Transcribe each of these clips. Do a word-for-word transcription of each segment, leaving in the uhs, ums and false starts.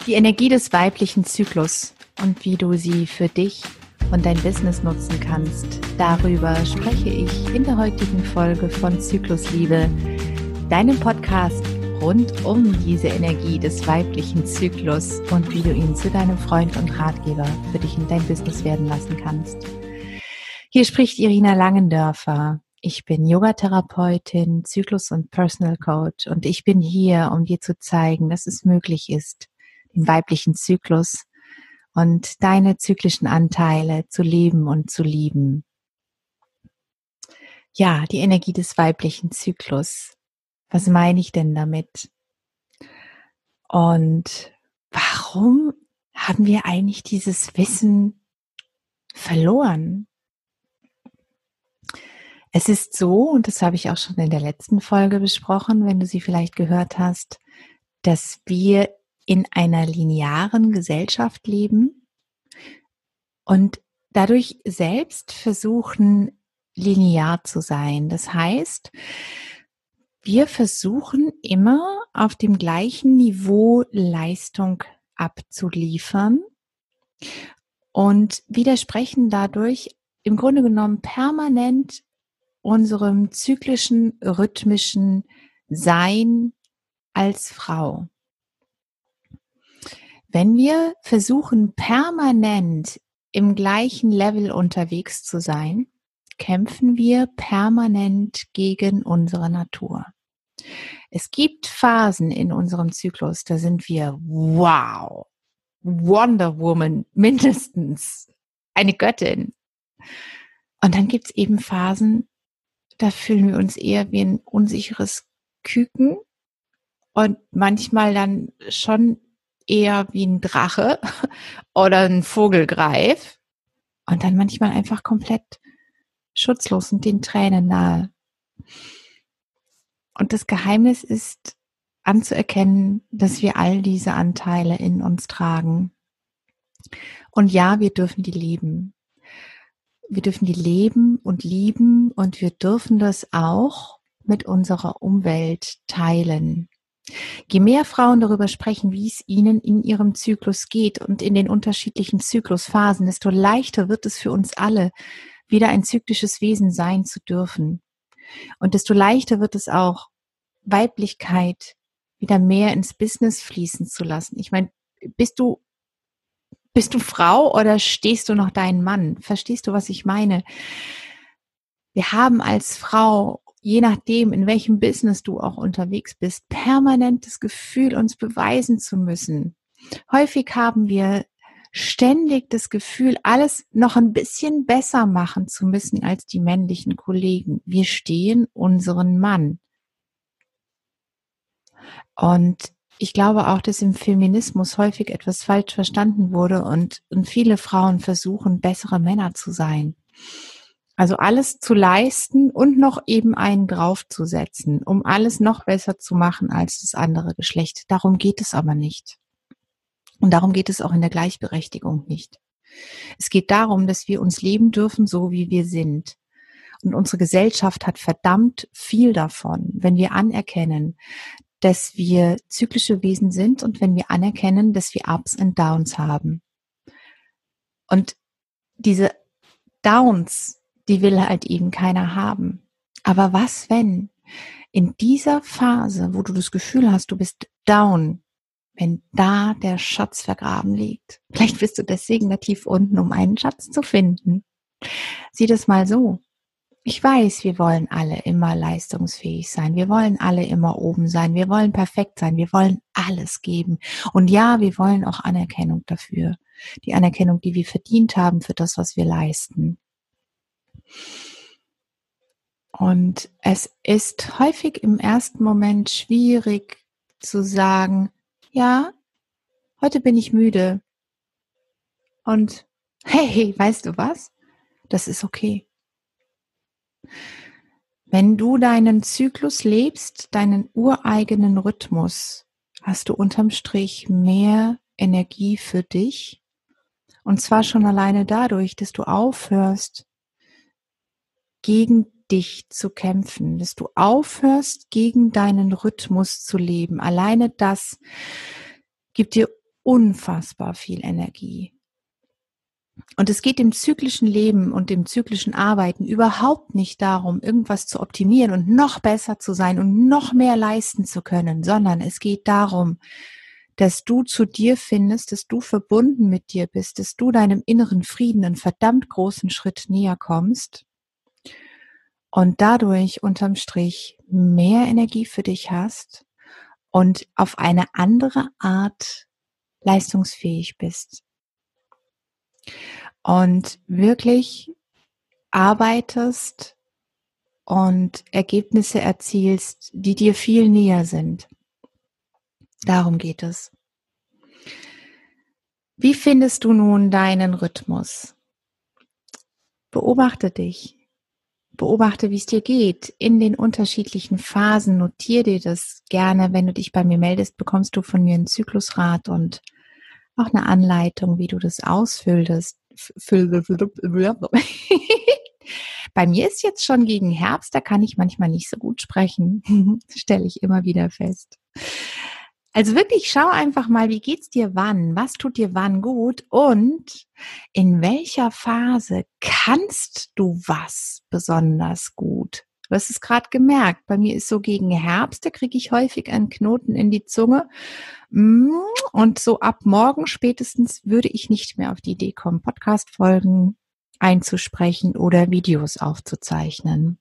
Die Energie des weiblichen Zyklus und wie du sie für dich und dein Business nutzen kannst, darüber spreche ich in der heutigen Folge von Zyklusliebe, deinem Podcast rund um diese Energie des weiblichen Zyklus und wie du ihn zu deinem Freund und Ratgeber für dich und dein Business werden lassen kannst. Hier spricht Irina Langendörfer. Ich bin Yogatherapeutin, Zyklus- und Personal Coach und ich bin hier, um dir zu zeigen, dass es möglich ist, den weiblichen Zyklus und deine zyklischen Anteile zu leben und zu lieben. Ja, die Energie des weiblichen Zyklus. Was meine ich denn damit? Und warum haben wir eigentlich dieses Wissen verloren? Es ist so, und das habe ich auch schon in der letzten Folge besprochen, wenn du sie vielleicht gehört hast, dass wir in einer linearen Gesellschaft leben und dadurch selbst versuchen, linear zu sein. Das heißt, wir versuchen immer auf dem gleichen Niveau Leistung abzuliefern und widersprechen dadurch im Grunde genommen permanent unserem zyklischen, rhythmischen Sein als Frau. Wenn wir versuchen, permanent im gleichen Level unterwegs zu sein, kämpfen wir permanent gegen unsere Natur. Es gibt Phasen in unserem Zyklus, da sind wir, wow, Wonder Woman, mindestens eine Göttin. Und dann gibt es eben Phasen, da fühlen wir uns eher wie ein unsicheres Küken und manchmal dann schon eher wie ein Drache oder ein Vogelgreif und dann manchmal einfach komplett schutzlos und den Tränen nahe. Und das Geheimnis ist anzuerkennen, dass wir all diese Anteile in uns tragen. Und ja, wir dürfen die leben. Wir dürfen die leben und lieben und wir dürfen das auch mit unserer Umwelt teilen. Je mehr Frauen darüber sprechen, wie es ihnen in ihrem Zyklus geht und in den unterschiedlichen Zyklusphasen, desto leichter wird es für uns alle, wieder ein zyklisches Wesen sein zu dürfen. Und desto leichter wird es auch, Weiblichkeit wieder mehr ins Business fließen zu lassen. Ich meine, bist du Bist du Frau oder stehst du noch deinen Mann? Verstehst du, was ich meine? Wir haben als Frau, je nachdem, in welchem Business du auch unterwegs bist, permanent das Gefühl, uns beweisen zu müssen. Häufig haben wir ständig das Gefühl, alles noch ein bisschen besser machen zu müssen als die männlichen Kollegen. Wir stehen unseren Mann. Und ich glaube auch, dass im Feminismus häufig etwas falsch verstanden wurde und, und viele Frauen versuchen, bessere Männer zu sein. Also alles zu leisten und noch eben einen draufzusetzen, um alles noch besser zu machen als das andere Geschlecht. Darum geht es aber nicht. Und darum geht es auch in der Gleichberechtigung nicht. Es geht darum, dass wir uns leben dürfen, so wie wir sind. Und unsere Gesellschaft hat verdammt viel davon, wenn wir anerkennen, dass wir zyklische Wesen sind und wenn wir anerkennen, dass wir Ups und Downs haben. Und diese Downs, die will halt eben keiner haben. Aber was, wenn in dieser Phase, wo du das Gefühl hast, du bist down, wenn da der Schatz vergraben liegt? Vielleicht bist du deswegen da tief unten, um einen Schatz zu finden. Sieh das mal so. Ich weiß, wir wollen alle immer leistungsfähig sein. Wir wollen alle immer oben sein. Wir wollen perfekt sein. Wir wollen alles geben. Und ja, wir wollen auch Anerkennung dafür. Die Anerkennung, die wir verdient haben für das, was wir leisten. Und es ist häufig im ersten Moment schwierig zu sagen, ja, heute bin ich müde. Und hey, weißt du was? Das ist okay. Wenn du deinen Zyklus lebst, deinen ureigenen Rhythmus, hast du unterm Strich mehr Energie für dich. Und zwar schon alleine dadurch, dass du aufhörst, gegen dich zu kämpfen, dass du aufhörst, gegen deinen Rhythmus zu leben. Alleine das gibt dir unfassbar viel Energie. Und es geht im zyklischen Leben und im zyklischen Arbeiten überhaupt nicht darum, irgendwas zu optimieren und noch besser zu sein und noch mehr leisten zu können, sondern es geht darum, dass du zu dir findest, dass du verbunden mit dir bist, dass du deinem inneren Frieden einen verdammt großen Schritt näher kommst und dadurch unterm Strich mehr Energie für dich hast und auf eine andere Art leistungsfähig bist. Und wirklich arbeitest und Ergebnisse erzielst, die dir viel näher sind. Darum geht es. Wie findest du nun deinen Rhythmus? Beobachte dich. Beobachte, wie es dir geht in den unterschiedlichen Phasen. Notiere dir das gerne. Wenn du dich bei mir meldest, bekommst du von mir einen Zyklusrat und auch eine Anleitung, wie du das ausfüllst. Bei mir ist jetzt schon gegen Herbst, da kann ich manchmal nicht so gut sprechen. Das stelle ich immer wieder fest. Also wirklich, schau einfach mal, wie geht's dir wann? Was tut dir wann gut? Und in welcher Phase kannst du was besonders gut? Du hast es gerade gemerkt, bei mir ist so gegen Herbst, da kriege ich häufig einen Knoten in die Zunge. Und so ab morgen spätestens würde ich nicht mehr auf die Idee kommen, Podcast-Folgen einzusprechen oder Videos aufzuzeichnen.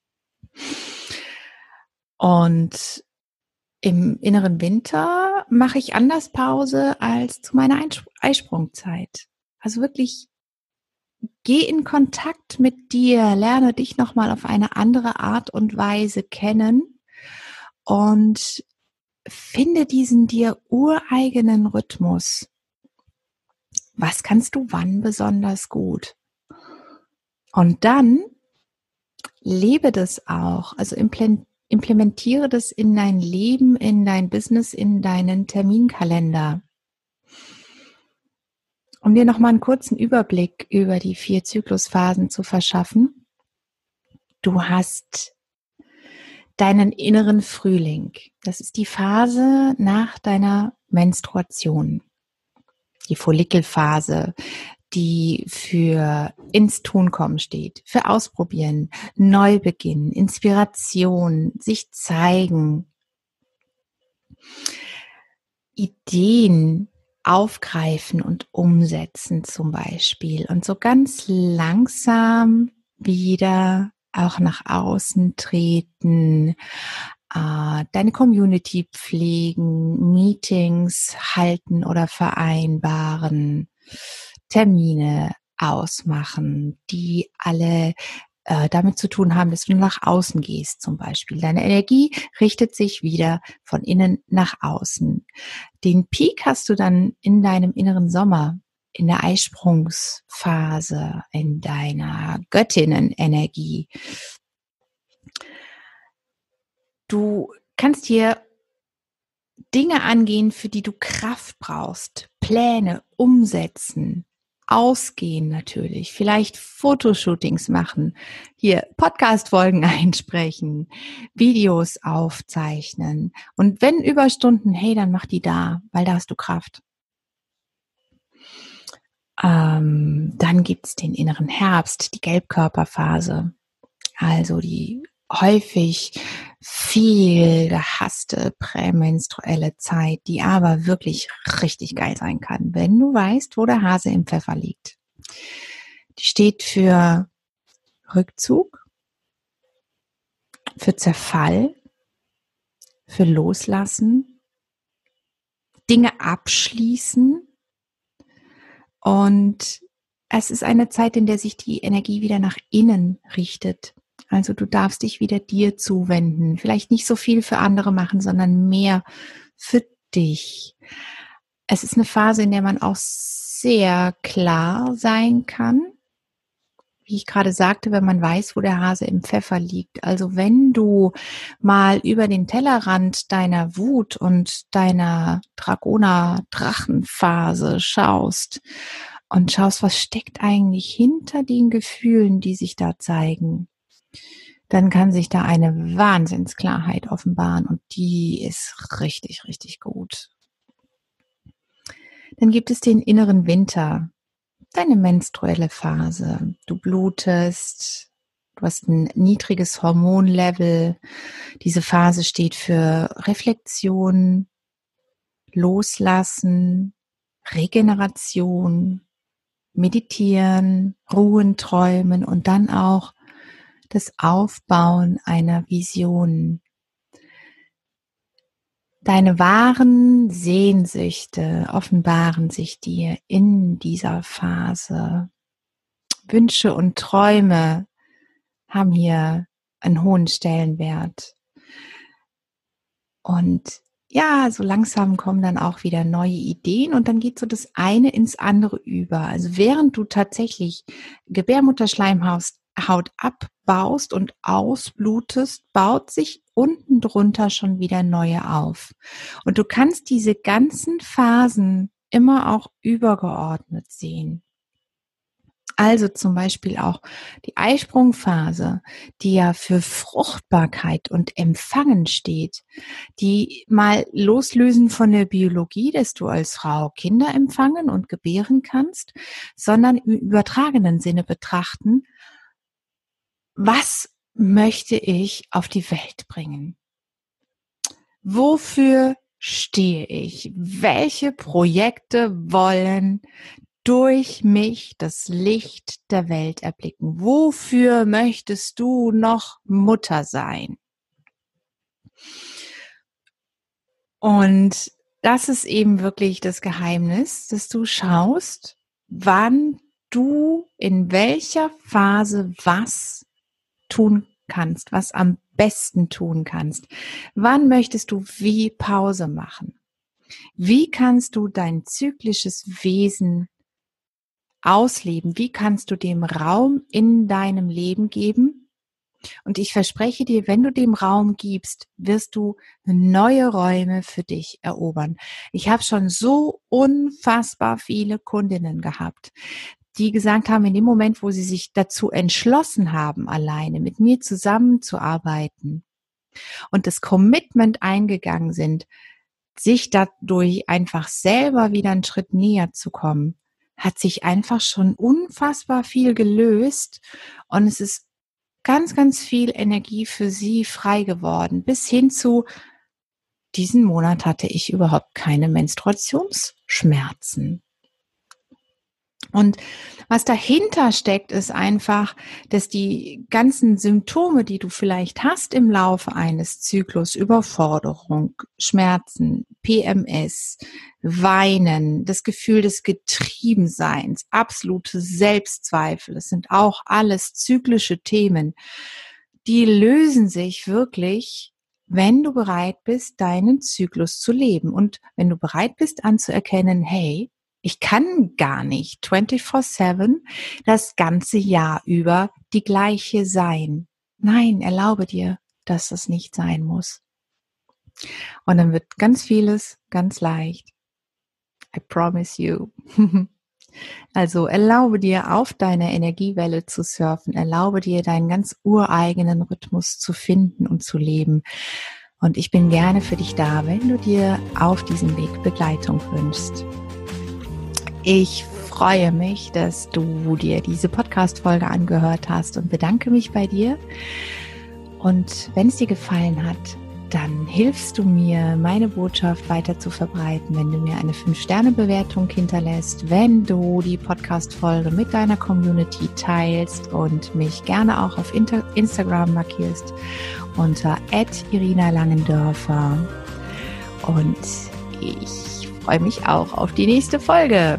Und im inneren Winter mache ich anders Pause als zu meiner Eisprungzeit. Also wirklich, geh in Kontakt mit dir, lerne dich nochmal auf eine andere Art und Weise kennen und finde diesen dir ureigenen Rhythmus. Was kannst du wann besonders gut? Und dann lebe das auch, also implementiere das in dein Leben, in dein Business, in deinen Terminkalender. Um dir nochmal einen kurzen Überblick über die vier Zyklusphasen zu verschaffen. Du hast deinen inneren Frühling. Das ist die Phase nach deiner Menstruation. Die Follikelphase, die für ins Tun kommen steht, für Ausprobieren, Neubeginn, Inspiration, sich zeigen, Ideen aufgreifen und umsetzen zum Beispiel und so ganz langsam wieder auch nach außen treten, äh, deine Community pflegen, Meetings halten oder vereinbaren, Termine ausmachen, die alle äh, damit zu tun haben, dass du nach außen gehst zum Beispiel. Deine Energie richtet sich wieder von innen nach außen. Den Peak hast du dann in deinem inneren Sommer, in der Eisprungsphase, in deiner Göttinnenenergie. Du kannst hier Dinge angehen, für die du Kraft brauchst, Pläne umsetzen, ausgehen natürlich, vielleicht Fotoshootings machen, hier Podcast-Folgen einsprechen, Videos aufzeichnen. Und wenn Überstunden, hey, dann mach die da, weil da hast du Kraft. Ähm, dann gibt's den inneren Herbst, die Gelbkörperphase, also die häufig viel gehasste prämenstruelle Zeit, die aber wirklich richtig geil sein kann, wenn du weißt, wo der Hase im Pfeffer liegt. Die steht für Rückzug, für Zerfall, für Loslassen, Dinge abschließen, und es ist eine Zeit, in der sich die Energie wieder nach innen richtet. Also du darfst dich wieder dir zuwenden. Vielleicht nicht so viel für andere machen, sondern mehr für dich. Es ist eine Phase, in der man auch sehr klar sein kann. Wie ich gerade sagte, wenn man weiß, wo der Hase im Pfeffer liegt. Also wenn du mal über den Tellerrand deiner Wut und deiner Dragoner-Drachenphase schaust und schaust, was steckt eigentlich hinter den Gefühlen, die sich da zeigen, dann kann sich da eine Wahnsinnsklarheit offenbaren und die ist richtig, richtig gut. Dann gibt es den inneren Winter, deine menstruelle Phase. Du blutest, du hast ein niedriges Hormonlevel. Diese Phase steht für Reflexion, Loslassen, Regeneration, Meditieren, Ruhen, Träumen und dann auch das Aufbauen einer Vision. Deine wahren Sehnsüchte offenbaren sich dir in dieser Phase. Wünsche und Träume haben hier einen hohen Stellenwert. Und ja, so langsam kommen dann auch wieder neue Ideen und dann geht so das eine ins andere über. Also während du tatsächlich Gebärmutterschleimhaut Haut abbaust und ausblutest, baut sich unten drunter schon wieder neue auf. Und du kannst diese ganzen Phasen immer auch übergeordnet sehen. Also zum Beispiel auch die Eisprungphase, die ja für Fruchtbarkeit und Empfangen steht, die mal loslösen von der Biologie, dass du als Frau Kinder empfangen und gebären kannst, sondern im übertragenen Sinne betrachten, was möchte ich auf die Welt bringen? Wofür stehe ich? Welche Projekte wollen durch mich das Licht der Welt erblicken? Wofür möchtest du noch Mutter sein? Und das ist eben wirklich das Geheimnis, dass du schaust, wann du in welcher Phase was tun kannst, was am besten tun kannst. Wann möchtest du wie Pause machen? Wie kannst du dein zyklisches Wesen ausleben? Wie kannst du dem Raum in deinem Leben geben? Und ich verspreche dir, wenn du dem Raum gibst, wirst du neue Räume für dich erobern. Ich habe schon so unfassbar viele Kundinnen gehabt, die gesagt haben, in dem Moment, wo sie sich dazu entschlossen haben, alleine mit mir zusammenzuarbeiten und das Commitment eingegangen sind, sich dadurch einfach selber wieder einen Schritt näher zu kommen, hat sich einfach schon unfassbar viel gelöst und es ist ganz, ganz viel Energie für sie frei geworden, bis hin zu diesen Monat hatte ich überhaupt keine Menstruationsschmerzen. Und was dahinter steckt, ist einfach, dass die ganzen Symptome, die du vielleicht hast im Laufe eines Zyklus, Überforderung, Schmerzen, P M S, Weinen, das Gefühl des Getriebenseins, absolute Selbstzweifel, das sind auch alles zyklische Themen, die lösen sich wirklich, wenn du bereit bist, deinen Zyklus zu leben und wenn du bereit bist anzuerkennen, hey, ich kann gar nicht vierundzwanzig sieben das ganze Jahr über die gleiche sein. Nein, erlaube dir, dass das nicht sein muss. Und dann wird ganz vieles ganz leicht. I promise you. Also erlaube dir, auf deiner Energiewelle zu surfen. Erlaube dir, deinen ganz ureigenen Rhythmus zu finden und zu leben. Und ich bin gerne für dich da, wenn du dir auf diesem Weg Begleitung wünschst. Ich freue mich, dass du dir diese Podcast-Folge angehört hast und bedanke mich bei dir. Und wenn es dir gefallen hat, dann hilfst du mir, meine Botschaft weiter zu verbreiten, wenn du mir eine fünf Sterne Bewertung hinterlässt, wenn du die Podcast-Folge mit deiner Community teilst und mich gerne auch auf Instagram markierst unter at Irina Langendörfer. Und ich freue mich auch auf die nächste Folge.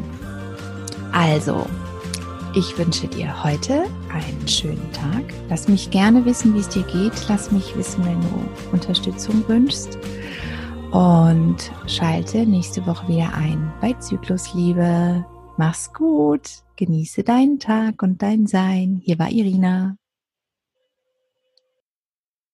Also, ich wünsche dir heute einen schönen Tag. Lass mich gerne wissen, wie es dir geht. Lass mich wissen, wenn du Unterstützung wünschst. Und schalte nächste Woche wieder ein bei Zyklusliebe. Mach's gut. Genieße deinen Tag und dein Sein. Hier war Irina.